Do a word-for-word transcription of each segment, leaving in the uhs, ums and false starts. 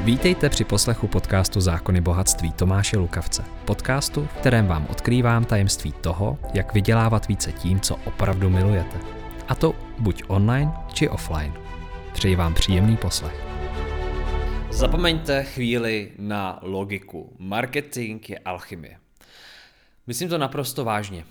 Vítejte při poslechu podcastu Zákony bohatství Tomáše Lukavce. Podcastu, v kterém vám odkrývám tajemství toho, jak vydělávat více tím, co opravdu milujete. A to buď online, či offline. Přeji vám příjemný poslech. Zapomeňte chvíli na logiku. Marketing je alchymie. Myslím to naprosto vážně.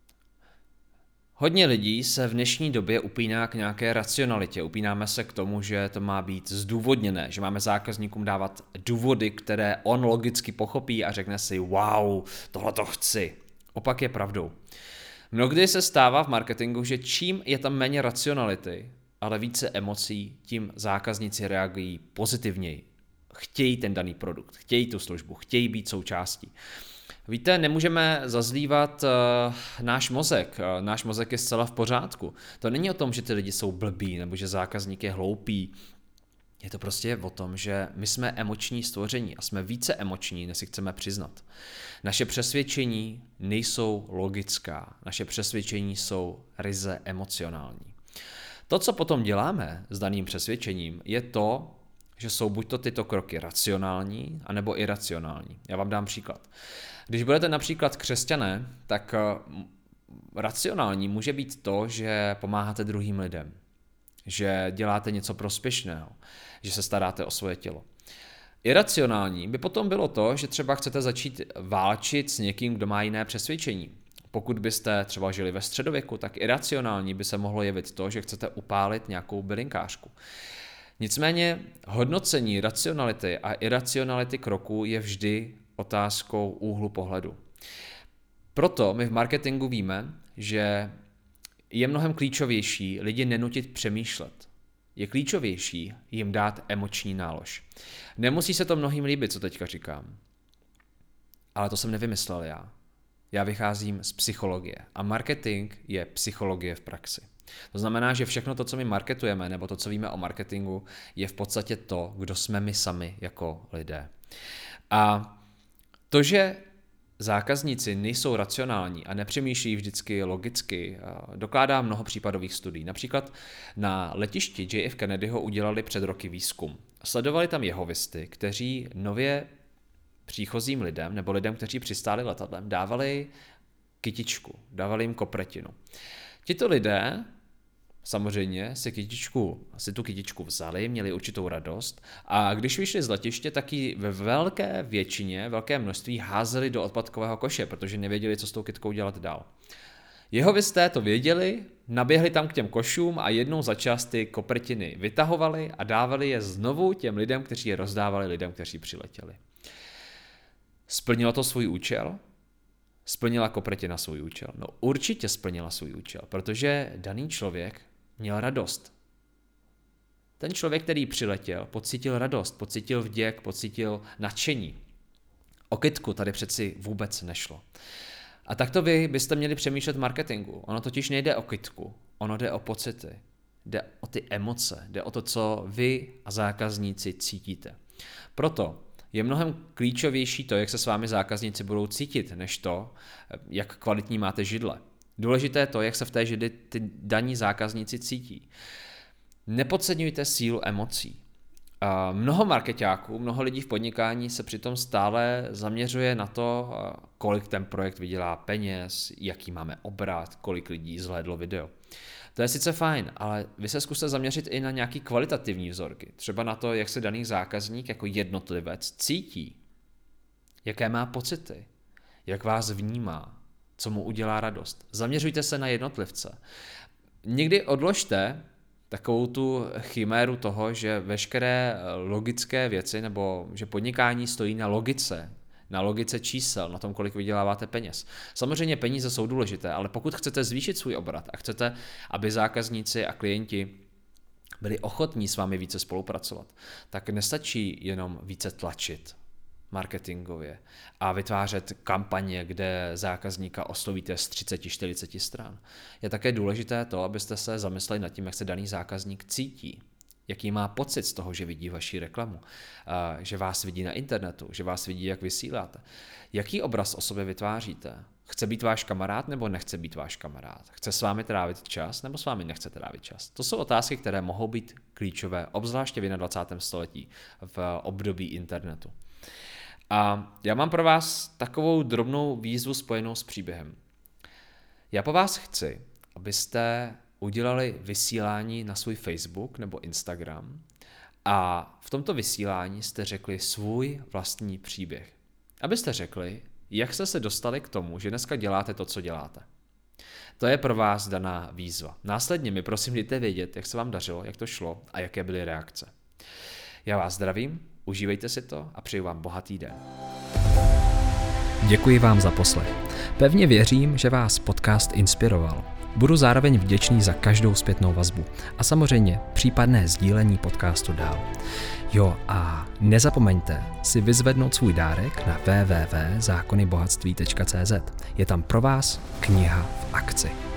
Hodně lidí se v dnešní době upíná k nějaké racionalitě. Upínáme se k tomu, že to má být zdůvodněné, že máme zákazníkům dávat důvody, které on logicky pochopí a řekne si wow, tohle to chci. Opak je pravdou. Mnohdy se stává v marketingu, že čím je tam méně racionality, ale více emocí, tím zákazníci reagují pozitivněji. Chtějí ten daný produkt, chtějí tu službu, chtějí být součástí. Víte, nemůžeme zazlívat uh, náš mozek. Uh, náš mozek je zcela v pořádku. To není o tom, že ty lidi jsou blbí nebo že zákazník je hloupý. Je to prostě o tom, že my jsme emoční stvoření a jsme více emoční, než si chceme přiznat. Naše přesvědčení nejsou logická. Naše přesvědčení jsou ryze emocionální. To, co potom děláme s daným přesvědčením, je to, že jsou buď to tyto kroky racionální, anebo iracionální. Já vám dám příklad. Když budete například křesťané, tak racionální může být to, že pomáháte druhým lidem, že děláte něco prospěšného, že se staráte o svoje tělo. Iracionální by potom bylo to, že třeba chcete začít válčit s někým, kdo má jiné přesvědčení. Pokud byste třeba žili ve středověku, tak iracionální by se mohlo jevit to, že chcete upálit nějakou bylinkářku. Nicméně hodnocení racionality a iracionality kroků je vždy otázkou úhlu pohledu. Proto my v marketingu víme, že je mnohem klíčovější lidi nenutit přemýšlet. Je klíčovější jim dát emoční nálož. Nemusí se to mnohým líbit, co teďka říkám. Ale to jsem nevymyslel já. Já vycházím z psychologie a marketing je psychologie v praxi. To znamená, že všechno to, co my marketujeme, nebo to, co víme o marketingu, je v podstatě to, kdo jsme my sami jako lidé. A to, že zákazníci nejsou racionální a nepřemýšlí vždycky logicky, dokládá mnoho případových studií. Například na letišti J F Kennedyho udělali před roky výzkum. Sledovali tam jehovisty, kteří nově příchozím lidem nebo lidem, kteří přistáli letadlem, dávali kytičku, dávali jim kopretinu. Tito lidé samozřejmě si, kytičku, si tu kytičku vzali, měli určitou radost a když vyšli z letiště, tak ji ve velké většině, velké množství házeli do odpadkového koše, protože nevěděli, co s tou kytkou dělat dál. Jehovisté to věděli, naběhli tam k těm košům a jednou za čas ty kopretiny vytahovali a dávali je znovu těm lidem, kteří je rozdávali lidem, kteří přiletěli. Splnilo to svůj účel? Splnila kopretina svůj účel? No určitě splnila svůj účel, protože daný člověk měl radost. Ten člověk, který přiletěl, pocítil radost, pocítil vděk, pocítil nadšení. O kytku tady přeci vůbec nešlo. A takto vy byste měli přemýšlet marketingu. Ono totiž nejde o kytku, ono jde o pocity, jde o ty emoce, jde o to, co vy a zákazníci cítíte. Proto je mnohem klíčovější to, jak se s vámi zákazníci budou cítit, než to, jak kvalitní máte židle. Důležité je to, jak se v té židli ty daní zákazníci cítí. Nepodceňujte sílu emocí. Mnoho markeťáků, mnoho lidí v podnikání se přitom stále zaměřuje na to, kolik ten projekt vydělá peněz, jaký máme obrat, kolik lidí zhlédlo video. To je sice fajn, ale vy se zkuste zaměřit i na nějaký kvalitativní vzorky. Třeba na to, jak se daný zákazník jako jednotlivec cítí, jaké má pocity, jak vás vnímá, co mu udělá radost. Zaměřujte se na jednotlivce. Někdy odložte takovou tu chiméru toho, že veškeré logické věci nebo že podnikání stojí na logice, na logice čísel, na tom, kolik vyděláváte peněz. Samozřejmě peníze jsou důležité, ale pokud chcete zvýšit svůj obrat a chcete, aby zákazníci a klienti byli ochotní s vámi více spolupracovat, tak nestačí jenom více tlačit marketingově a vytvářet kampaně, kde zákazníka oslovíte z třicet čtyřicet stran. Je také důležité to, abyste se zamysleli nad tím, jak se daný zákazník cítí. Jaký má pocit z toho, že vidí vaši reklamu, že vás vidí na internetu, že vás vidí, jak vysíláte. Jaký obraz o sobě vytváříte? Chce být váš kamarád nebo nechce být váš kamarád? Chce s vámi trávit čas nebo s vámi nechce trávit čas? To jsou otázky, které mohou být klíčové, obzvláště v dvacátém prvním století, v období internetu. A já mám pro vás takovou drobnou výzvu spojenou s příběhem. Já po vás chci, abyste udělali vysílání na svůj Facebook nebo Instagram a v tomto vysílání jste řekli svůj vlastní příběh. Abyste řekli, jak jste se dostali k tomu, že dneska děláte to, co děláte. To je pro vás daná výzva. Následně mi prosím dejte vědět, jak se vám dařilo, jak to šlo a jaké byly reakce. Já vás zdravím, užívejte si to a přeju vám bohatý den. Děkuji vám za poslech. Pevně věřím, že vás podcast inspiroval. Budu zároveň vděčný za každou zpětnou vazbu a samozřejmě případné sdílení podcastu dál. Jo a nezapomeňte si vyzvednout svůj dárek na w w w tečka zákony bohatství tečka c z. Je tam pro vás kniha v akci.